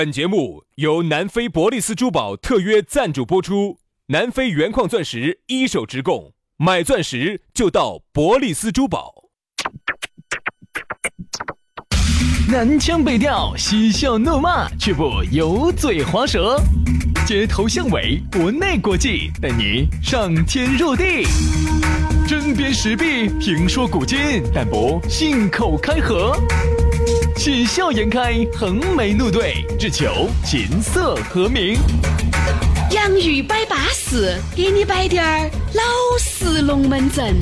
本节目由南非伯利斯珠宝特约赞助播出，南非原矿钻石一手直供，买钻石就到伯利斯珠宝。 南腔北调，嬉笑怒骂，却不油嘴滑舌，街头巷尾，国内国际，带你上天入地，针砭时弊，评说古今，但不信口开河，喜笑颜开，横眉怒对，只求琴瑟和鸣。 洋芋摆巴士，给你摆点儿老式龙门阵。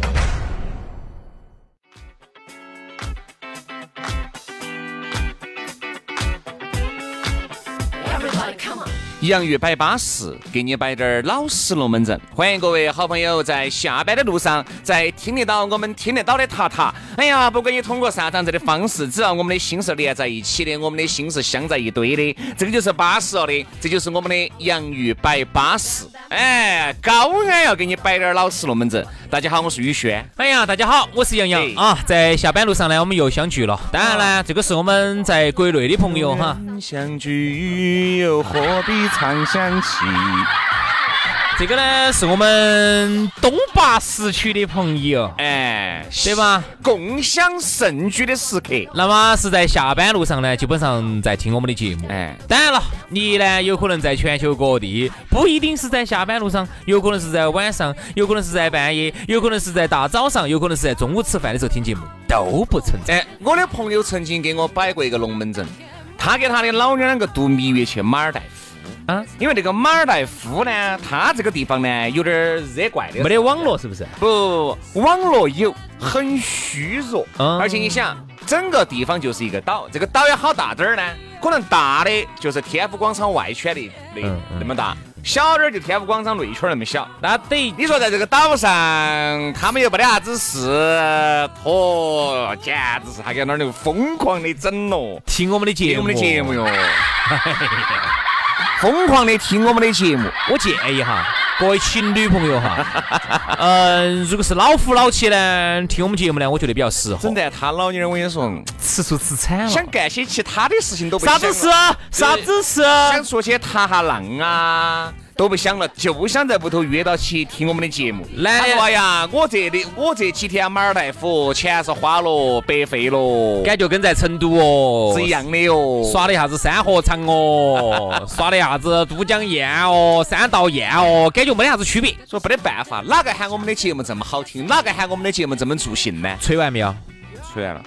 洋芋摆巴适，给你摆点老实龙门阵。欢迎各位好朋友在下班的路上，在听得到我们听得到的塔塔。哎呀，不管你通过啥样子的方式，只要我们的心是连在一起的，我们的心是镶在一堆的，这个就是巴适了的，这就是我们的洋芋摆巴适。哎，高安要给你摆点老实龙门阵。大家好，我是宇轩。 哎呀，大家好，我是杨洋啊。在下班路上呢，我们又相聚了。当然呢，这个是我们在国内的朋友哈。 相聚又何必常想起。 这个呢是我们东坝时区的朋友， 哎， 对吧？ 共享盛举的时刻。 那么是在下班路上呢，基本上在听我们的节目。哎，当然了，你呢有可能在全球各地，不一定是在下班路上，有可能是在晚上，有可能是在半夜，有可能是在大早上，有可能是在中午吃饭的时候听节目，都不存在。 哎，我的朋友曾经给我摆过一个龙门阵，他给他的老娘两个度蜜月去马尔代夫。因为这个马尔代夫呢，它这个地方呢有点热怪的， 没得网络是不是？ 不，网络有，很虚弱，而且你想，整个地方就是一个岛，这个岛也好大点儿呢，可能大的就是天府广场外圈的那么大，小点儿就天府广场内圈那么小。 那等于你说在这个岛上，他们又没得啥子事，简直是他给那儿就疯狂的整咯， 听我们的节目， 听我们的节目哟。疯狂的听我们的节目， 我建议哈，各位情侣朋友哈，如果是老夫老妻呢，听我们节目呢，我觉得比较适合。 真的，他老娘我跟你说， 吃素吃惨了， 想干些其他的事情都不想了。 啥子事？ 想出去踏下浪啊，都不想了，就想在屋头约到起听我们的节目。他说哎呀，我这几天马尔代夫钱是花了，白费了， 感觉跟在成都哦是一样的哟， 耍了一下子山河场哦，耍了一下子都江堰哦，三道堰哦，感觉没得啥子区别。 说没得办法，哪个喊我们的节目这么好听，哪个喊我们的节目这么助兴呢？ 吹完没有？ 吹完了。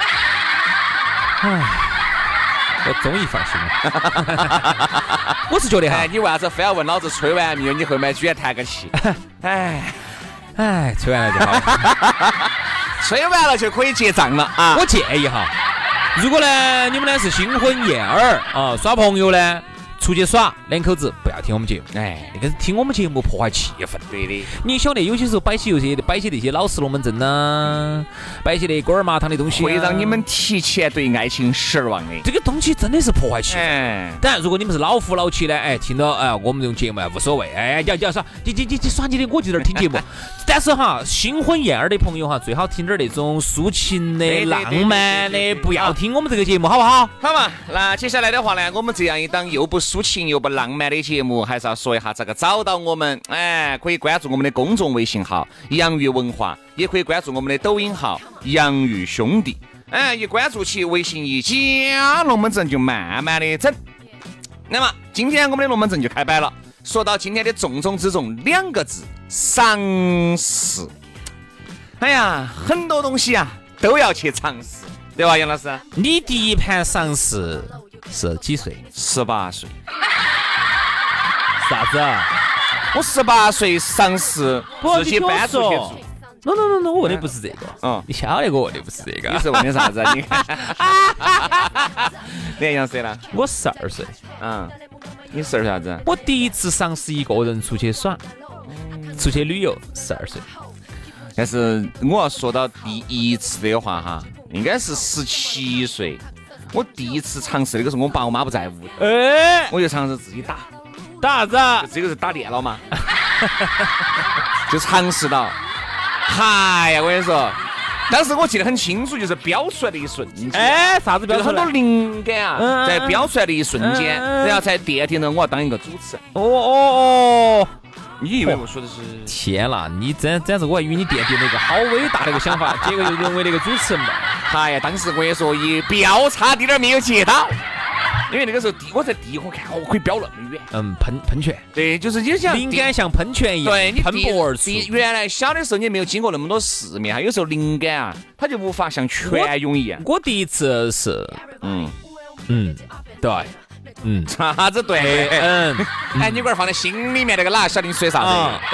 唉，我终于放心了。我是觉得哈， 你为啥子非要问老子吹完没有？你后面居然叹个气。 哎，吹完了就好。 吹完了就可以结账了啊！ 我建议哈，如果呢你们呢是新婚燕尔啊，耍朋友呢出去耍，两口子不要听我们节目，哎，那个听我们节目破坏气氛。 对的， 你晓得有些时候摆起那些老实龙门阵呐，摆起那锅儿麻汤的东西， 会让你们提前对爱情失望的。 这个东西真的是破坏气氛。当然，如果你们是老夫老妻呢，哎，听到我们这种节目无所谓，哎，你要耍，你耍你的，我就在这儿听节目。但是哈，新婚燕尔的朋友哈，最好听点那种抒情的、浪漫的，不要听我们这个节目，好不好？ 好嘛，那接下来的话呢，我们这样一档又不抒情又不浪漫的节目，还是要说一下这个找到我们。哎，可以关注我们的公众微信号洋芋文化，也可以关注我们的抖音号洋芋兄弟。哎，一关注起微信一加，龙门阵就慢慢的整。那么今天我们的龙门阵就开摆了。说到今天的重中之重2个字，尝试。哎呀，很多东西啊都要去尝试，对吧，杨老师？ 你第一盘尝试是几岁 ？18岁。 啥子啊？ 我18岁尝试自己搬出去住。 No， 我问的不是这个。你晓得我问的不是这个。 你是问的啥子？你看，你杨谁了？ 我12岁。 你12岁啥子？ 我第一次尝试一个人出去耍，出去旅游，12岁。 但是我要说到第一次的话哈，应该是17岁。我第一次尝试那个时候，我爸我妈不在屋，我就尝试自己打啥子？这个是打电脑嘛，就尝试到。哎呀，我跟你说， 当时我记得很清楚，就是飙出来的一瞬间。 哎，啥子飙出来？ 很多灵感啊，在飙出来的一瞬间，然后才奠定了我要当一个主持人。 哦。 你以为我说的是？ 天啦，你真是我还以为你奠定了一个好伟大的一个想法，结果又沦为了一个主持人嘛。 哎呀，当时我也说一飙差点没有接到。因为那个时候我在地火看，我可以飙那么远。 喷泉。 对，就是你想灵感像喷泉一样， 对，你喷薄而出。 原来小的时候你没有经过那么多世面，有时候灵感啊，它就无法像泉涌一样。 我第一次是，对。 啥子对？哎，你龟儿放在心里面那个哪晓得你说啥子？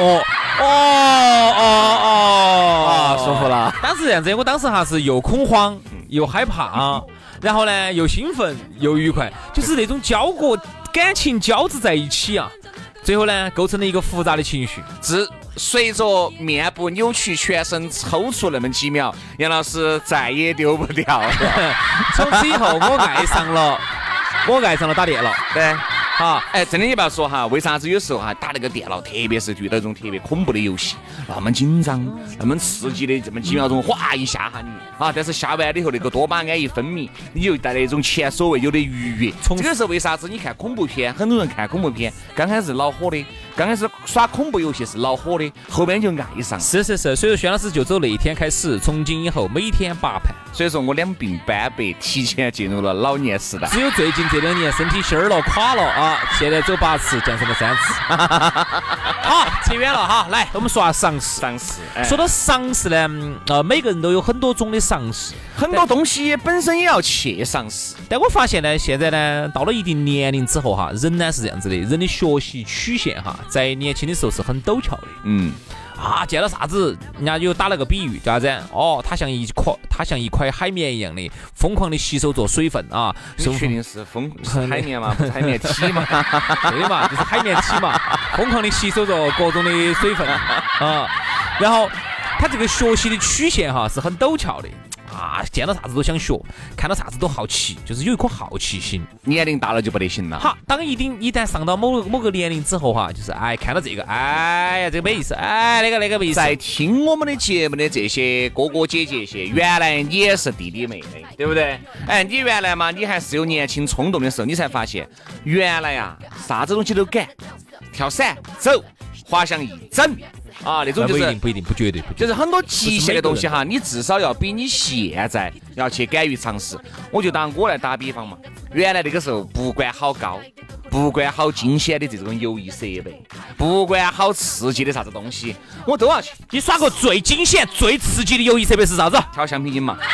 舒服了。 当时这样子，我当时哈是又恐慌又害怕，然后呢又兴奋又愉快，就是那种感情交织在一起啊，最后呢构成了一个复杂的情绪。 随着面部扭曲、全身抽搐那么几秒，杨老师再也丢不掉了。 从此以后，我爱上了打电脑。 对， 好， 真的你不要说哈，为啥子有时候哈打那个电脑，特别是遇到这种特别恐怖的游戏，那么紧张、那么刺激的，这么几秒钟，哗一下哈你啊，但是下完了以后，那个多巴胺一分泌，你就带来一种前所未有的愉悦。这个是为啥子？你看恐怖片，很多人看恐怖片，刚开始恼火的，刚开始耍恐怖游戏是恼火的，后面就爱上。 是，所以说轩老师就走那一天开始，从今以后每天8盘。 所以说我2鬓斑白，提前进入了老年时代。 只有最近这2年身体虚了垮了啊，现在走8次，降成了3次。好，扯远了哈，来我们说下常识。说到常识呢，每个人都有很多种的常识， 很多东西本身也要去常识。 但我发现呢，现在呢，到了一定年龄之后哈，人呢是这样子的，人的学习曲线哈，在年轻的时候是很陡峭的。见到啥子，人家就打了个比喻，叫啥子？它像一块海绵一样的，疯狂的吸收着水分啊。 你确定是海绵吗？不是海绵体吗？ 对的嘛，就是海绵体嘛，疯狂的吸收着各种的水分啊。然后它这个学习的曲线哈是很陡峭的。见到啥子都想学，看到啥子都好奇，就是有一颗好奇心。 年龄大了就不得行了。 好，当一旦上到某个年龄之后哈，就是看到这个，哎呀这个没意思，那个没意思。 在听我们的节目的这些哥哥姐姐些，原来你也是弟弟妹妹，对不对？你原来嘛，你还是有年轻冲动的时候，你才发现原来呀，啥子东西都敢，跳伞、走、滑翔翼、整。那种就是不一定，不绝对， 就是很多极限的东西哈，你至少要比你现在要去敢于尝试。我就拿我来打比方嘛，原来那个时候不管好高，不管好惊险的这种游艺设备，不管好刺激的啥子东西，我都要去。 你耍过最惊险、最刺激的游艺设备是啥子？ 跳橡皮筋嘛。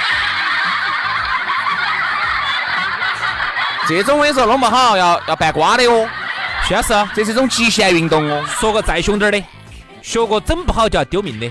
这种我跟你说弄不好要办瓜的哦。 确实， 这是一种极限运动哦。 说个再凶点的。学过整不好就要丢命的。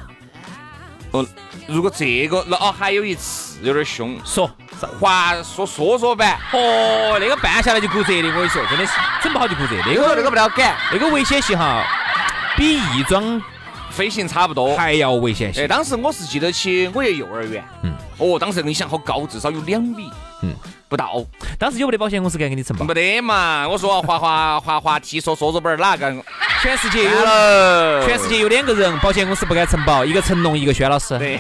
如果这个还有一次有点凶， 说板， 那个办下来就骨折的，我跟你说，真的是整不好就骨折。那个不了敢， 那个危险性哈，比翼装飞行差不多， 还要危险性。 当时我是记得起，我也幼儿园，当时你想好高，至少有2米，不到。 当时有没得保险公司敢给你承保？ 没得嘛，我说滑梯说桌子板哪个？ 全世界有2个人，保险公司不敢承保，一个成龙，一个轩老师。 对。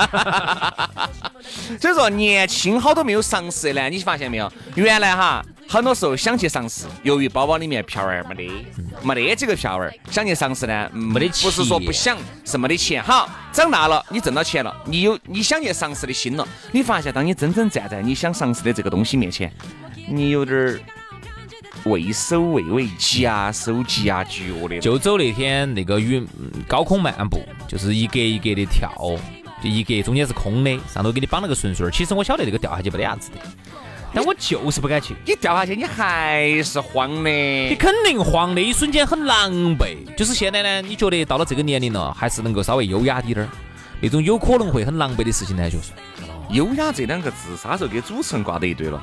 所以说年轻好多没有尝试呢，你发现没有？原来哈，很多时候想去尝试，由于包包里面票儿没得几个票儿，想去尝试呢， 没得钱， 不是说不想，是没得钱。好，长大了，你挣到钱了，你有你想去尝试的心了，你发现当你真正站在你想尝试的这个东西面前，你有点畏首畏尾、夹手夹脚的。 就走那天那个高空漫步，就是一格一格的跳，就一格中间是空的，上头给你绑了个绳绳。其实我晓得那个掉下去没得啥子的，但我就是不敢去。 你掉下去，你还是慌的。 你肯定慌的，一瞬间很狼狈。就是现在呢，你觉得到了这个年龄了，还是能够稍微优雅点儿。那种有可能会很狼狈的事情呢，就是优雅这2个字，啥时候给主持人挂得一堆了？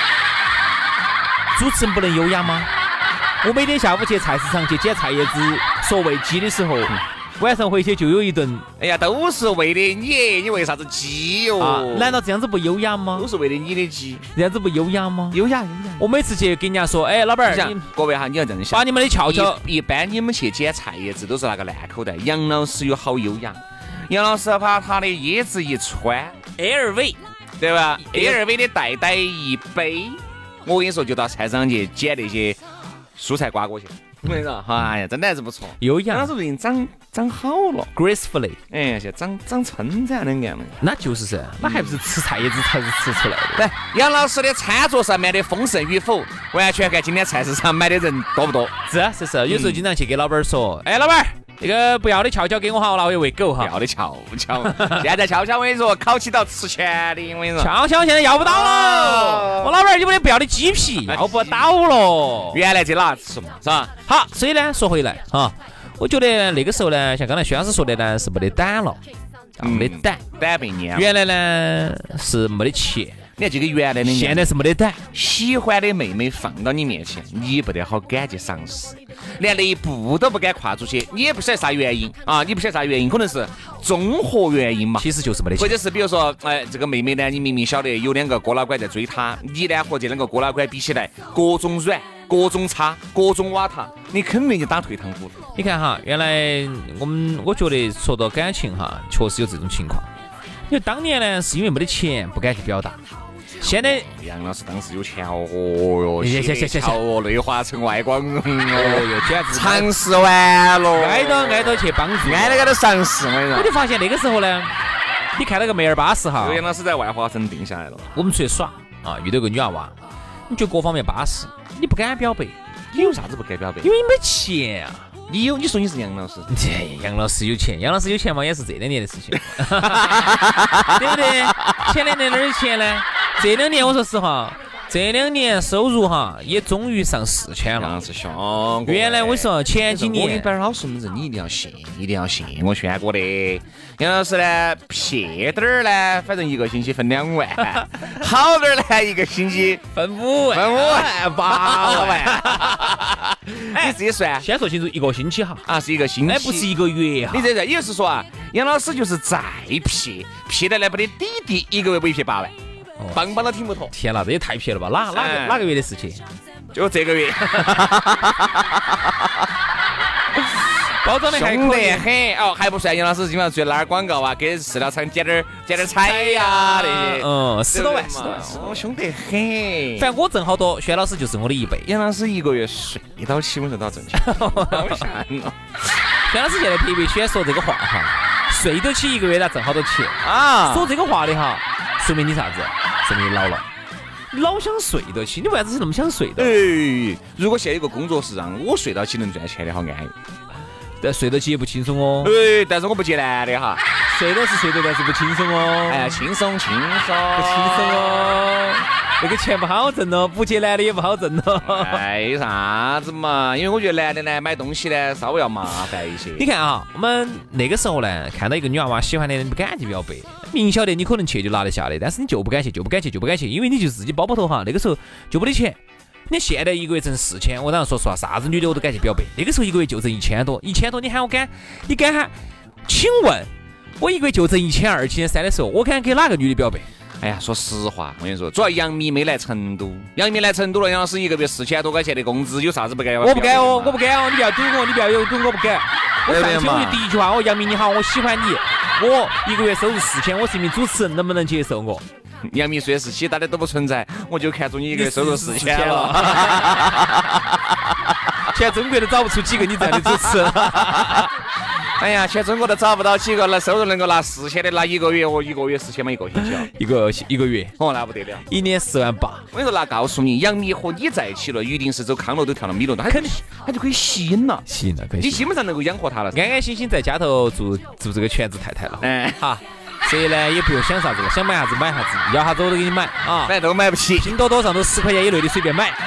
主持人不能优雅吗？我每天下午去菜市场去捡菜叶子、说喂鸡的时候，晚上回去就有一顿。 哎呀，都是为了你为啥子鸡哟？ 难道这样子不优雅吗？ 都是为了你的鸡， 这样子不优雅吗？ 优雅。 我每次去给人家说，老板儿， 各位哈，你要这样想， 把你们的翘翘。 一般你们去捡菜叶子都是那个烂口袋。杨老师有好优雅。 杨老师把他的椰子一穿 ，LV， 对吧 ？LV 的袋一背，我跟你说，就到菜场去捡那些蔬菜瓜果去。我跟你说，哎呀，真的还是不错。 优雅。 杨老师最近长好了 ，gracefully， 哎，现在长称赞两样了。 那就是噻，那还不是吃菜叶子才是吃出来的。 对，杨老师的餐桌上面的丰盛与否，完全看今天菜市场买的人多不多。 是，有时候经常去给老板说，哎，老板。这个不要的翘翘给我好了，我又喂狗哈。 不要的翘翘，现在翘翘我跟你说，烤起到吃钱的，我跟你说。 翘翘现在要不到了，我老板有没得不要的鸡皮，要不到了。 原来这哪吃嘛，是吧？ 好，所以呢，说回来哈，我觉得那个时候呢，像刚才薛老师说的呢，是没得胆了，没得胆被蔫了。 原来呢是没得钱。 你看这个原来的， 现在是没得胆。 喜欢的妹妹放到你面前，你不得好敢去尝试，连那一步都不敢跨出去，你也不晓得啥原因啊？你不晓得啥原因，可能是综合原因嘛。 其实就是没得钱， 或者是比如说，这个妹妹呢，你明明晓得有两个哥老倌在追她，你呢和这两个哥老倌比起来，各种软，各种差，各种瓦塔，你肯定就打退堂鼓。 你看哈，原来我觉得说到感情哈，确实有这种情况。因为当年呢，是因为没得钱不敢去表达。现在杨老师当时有钱哦哟，谢哦，内华城外光荣哦哟，简直尝试完了， 挨到去帮助， 挨到尝试。 我就发现那个时候呢，你看那个梅尔巴适哈， 杨老师在外华城定下来了。 我们出去耍啊，遇到个女娃娃，你觉得各方面巴适，你不敢表白， 你有啥子不敢表白？ 因为你没钱啊。 你说你是杨老师， 杨老师有钱，杨老师有钱嘛，也是这2年的事情，对不对？前2年哪儿钱呢？这2年我说实话，这2年收入哈也终于上4000了。 杨老师凶， 原来我说前几年， 我跟你摆老实子，你一定要信我劝过的。杨老师呢，撇点儿呢，反正1个星期分2万，好点儿呢1个星期分5万、 8万。你自己算， 先说清楚1个星期哈， 是1个星期， 不是1个月哈。 你这也就是说啊，杨老师就是再撇的来不得底1个月不一撇8万，棒棒都听不脱。 天哪，这也太撇了吧？哪个月的事情？ 就这个月。 包装的还可以很哦，还不算杨老师经常去哪儿广告啊，给饲料厂捡点彩呀那些，10多万，凶得很。 反正我挣好多，薛老师就是我的1倍。 杨老师1个月睡到起，我说到挣钱，好吓人哦。 薛老师现在特别喜欢说这个话哈，睡得起1个月他挣好多钱啊！ 说这个话的哈，说明你啥子？说明你老了。老想睡得起，你为啥子那么想睡的？ 如果现在有个工作是让我睡到起能赚钱的，好安逸。 但睡得起也不轻松哦。 但是我不接男的哈。 睡都是睡得，但是不轻松哦。 哎呀，轻松，不轻松哦。那个钱不好挣哦，不接男的也不好挣哦。 有啥子嘛？因为我觉得男的呢，买东西呢稍微要麻烦一些。 你看啊，我们那个时候呢，看到一个女娃娃喜欢的人，不敢去表白，明晓得你可能去就拿得下的，但是你就不敢去，因为你就自己包包头哈，那个时候就没得钱。你现在1个月挣4000，我当然说实话，啥子女的我都敢去表白。那个时候1个月就挣1000多，你喊我敢，你敢喊？请问，我1个月就挣1200、1300的时候，我敢给哪个女的表白？ 哎呀，说实话，我跟你说，主要杨幂没来成都，杨幂来成都了，杨老师1个月4000多块钱的工资，有啥子不敢？ 我不敢哦，你不要赌我，你不要有赌我不敢。我上去我就第一句话，杨幂你好，我喜欢你，我1个月收入4000，我是一名主持人，能不能接受我？ 杨幂说是其他的都不存在，我就看中你1个月收入4000了。 全中国都找不出几个你这样的主持人。 哎呀，全中国都找不到几个那收入能够拿4000的，拿1个月1个月4000嘛，1个星期啊， 一个月那不得了 ，1年48000。 我跟你说，那告诉你，杨幂和你在一起了，一定是走康乐都跳到米楼的，肯定他就可以吸引了， 可以。 你基本上能够养活他了， 安安心心在家头做这个全职太太了。好。所以呢，也不用想啥子了，想买啥子买啥子，要啥子我都给你买啊， 反正都买不起。 拼多多上都10块钱以内的随便买。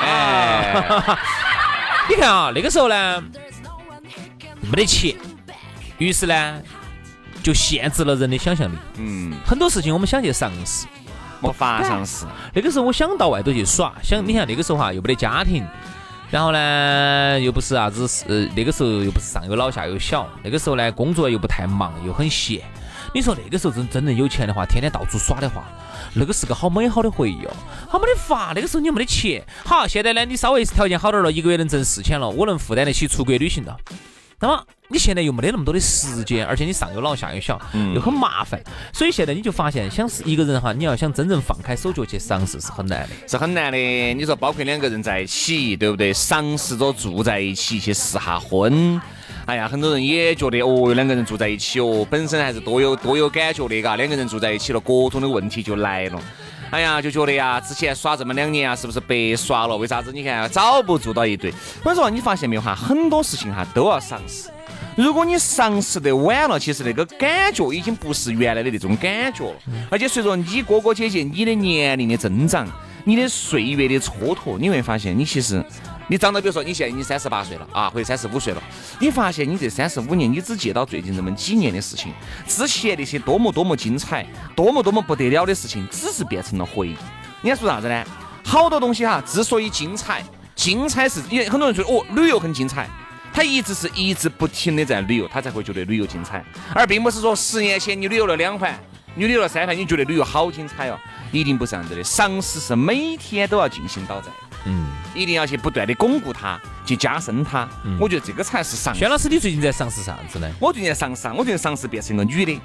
你看啊，那个时候呢，没得钱，于是呢，就限制了人的想象力。很多事情我们想去尝试， 没法尝试。 那个时候我想到外头去耍，你看那个时候哈，又没得家庭，然后呢，又不是啥子那个时候又不是上有老下有小，那个时候呢，工作又不太忙，又很闲。你说那个时候真正有钱的话，天天到处耍的话，那个是个好美好的回忆哦。好没得法，那个时候你没得钱。好，现在呢，你稍微条件好点了，1个月能挣4000了，我能负担得起出国旅行了。 那么你现在又没得那么多的时间，而且你上有老下有小，又很麻烦，所以现在你就发现，想是一个人哈，你要想真正放开手脚去尝试是很难的， 是很难的。你说包括两个人在一起，对不对？尝试着住在一起去试下婚。哎呀，很多人也觉得哦，两个人住在一起哦，本身还是多有感觉的，嘎。两个人住在一起了，各种的问题就来了。哎呀，就觉得呀，之前耍这么2年啊，是不是白耍了？为啥子？你看早不住到一堆。或者说，你发现没有哈，很多事情哈都要尝试。如果你尝试的晚了，其实那个感觉已经不是原来的那种感觉了。而且随着你哥哥姐姐你的年龄的增长，你的岁月的蹉跎，你会发现你其实你长到，比如说你现在你38岁了啊，或者35岁了，你发现你这35年你只记到最近这么几年的事情，之前那些多么精彩，多么不得了的事情，只是变成了回忆。你看说啥子呢？好多东西哈，之所以精彩是因为很多人觉得哦，旅游很精彩。他一直不停的在旅游，他才会觉得旅游精彩，而并不是说10年前你旅游了2盘，你旅游了3盘，你觉得旅游好精彩哦，一定不是这样子的。尝试是每天都要进行到在，一定要去不断的巩固它，去加深它。我觉得这个才是尝试。 轩老师，你最近在尝试啥子呢？ 我最近在尝试变成个女的，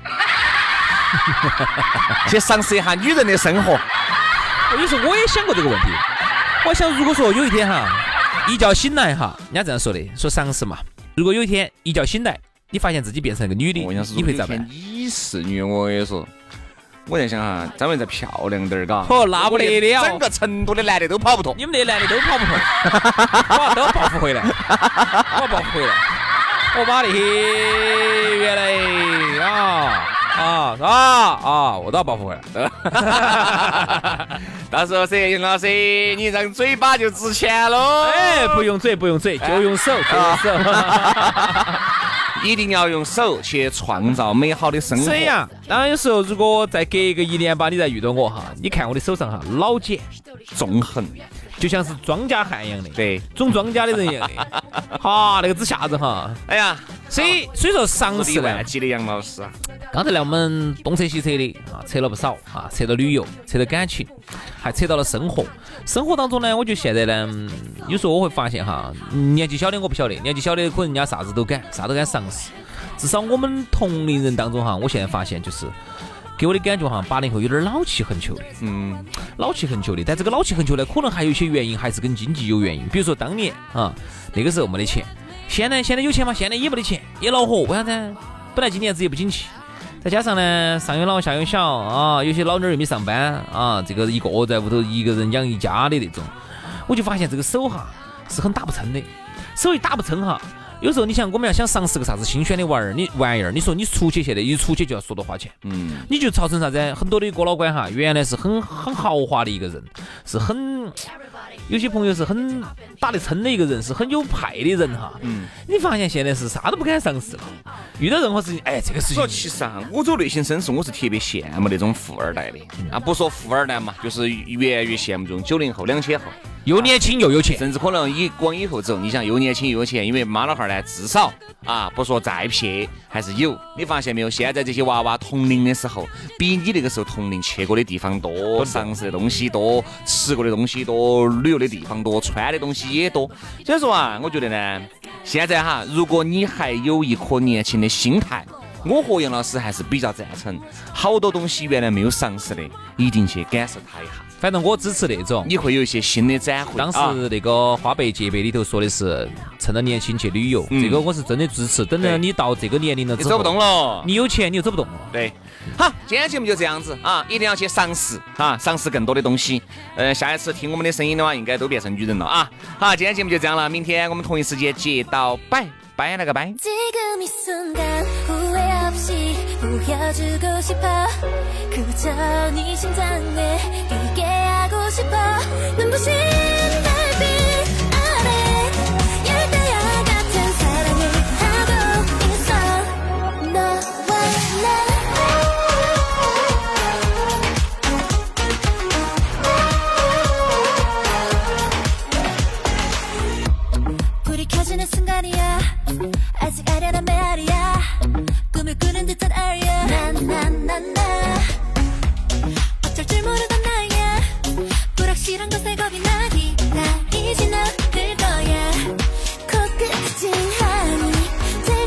去尝试一下女人的生活。 有时候我也想过这个问题，我想如果说有一天哈。一觉醒来哈，人家这样说的，说尝试嘛。如果有一天一觉醒来，你发现自己变成了个女的，你会咋办？ 你是女，我也说，我在想哈，张文再漂亮点儿，嘎。 那不得了， 整个成都的男的都跑不脱， 你们那男的都跑不脱，我都要报复回来，我把那些原来我都要报复回来。 到时候摄影老师，你让嘴巴就值钱喽。 哎，不用嘴，就用手， 一定要用手去创造美好的生活。 是呀，当然有时候如果再隔一个1年吧，你再遇到我哈，你看我的手上哈，老茧纵横， 就像是庄稼汉一样的， 对， 种庄稼的人一样的，哈，那个只下子哈， 哎呀， 所以说尝试呢， 记的杨老师啊， 刚才呢我们东扯西扯的啊，扯了不少啊，扯到旅游，扯到感情，还扯到了生活。生活当中呢，我觉得现在呢，有时候我会发现哈，年纪小的我不晓得，年纪小的可能人家啥子都敢尝试。至少我们同龄人当中哈，我现在发现就是给我的感觉哈，80后有点老气横秋的，老气横秋的。但这个老气横秋呢，可能还有一些原因，还是跟经济有原因。比如说当年啊，那个时候没得钱，现在有钱嘛，现在也没得钱，也恼火。为啥子？本来今年子也不景气。再加上呢，上有老下有小啊，有些老妞儿又没上班啊，这个一个在屋头一个人养一家的那种，我就发现这个手哈是很打不撑的，手一打不撑哈，有时候你想我们要想尝试个啥子新鲜的玩意儿，你说你出去现在一出去就要说多花钱，你就造成啥子？很多的哥老倌哈，原来是很豪华的一个人，是很有些朋友是很打得撑的一个人，是很有派的人哈。你发现现在是啥都不敢尝试了，遇到任何事情，哎，这个事情。 其实啊，我走内心深处，我是特别羡慕那种富二代的啊，不说富二代嘛，就是越羡慕这种90后、2000后。 又年轻又有钱， 甚至可能往以后走，你想又年轻又有钱，因为妈老汉儿呢，至少啊，不说再撇还是有。你发现没有？现在这些娃娃同龄的时候，比你那个时候同龄去过的地方多，尝试的东西多，吃过的东西多，旅游的地方多，穿的东西也多。所以说啊，我觉得呢，现在哈，如果你还有一颗年轻的心态，我和杨老师还是比较赞成，好多东西原来没有尝试的，一定去感受它一下。 反正我支持那种， 你会有一些新的展会。 当时那个花呗结辈里头说的是趁着年轻去旅游，这个我是真的支持。等到你到这个年龄了之后， 你走不动了， 你有钱你又走不动了。 对，好，今天节目就这样子啊，一定要去尝试啊，尝试更多的东西。下一次听我们的声音的话，应该都变成女人了啊。好，今天节目就这样了，明天我们同一时间接到拜拜了个拜。 아직 아련한 메아리야 꿈을 꾸는 듯한 아리야 나나나나 어쩔 줄 모르던 나야 불확실한 것에 겁이 나기 다 이제 너들 거야 코끝이 하니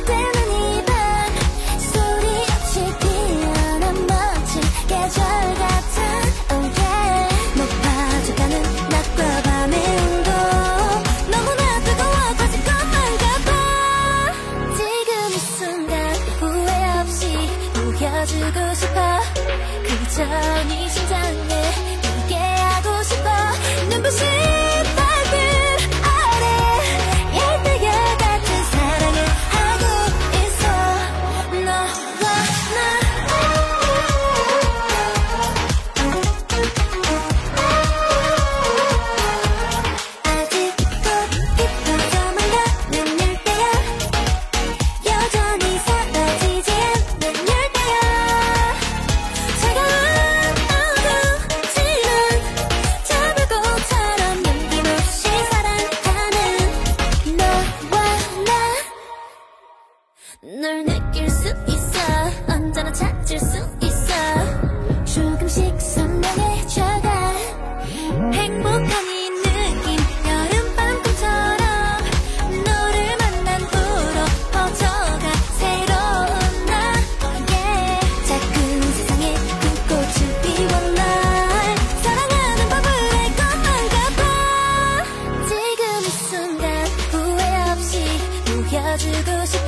주고 싶어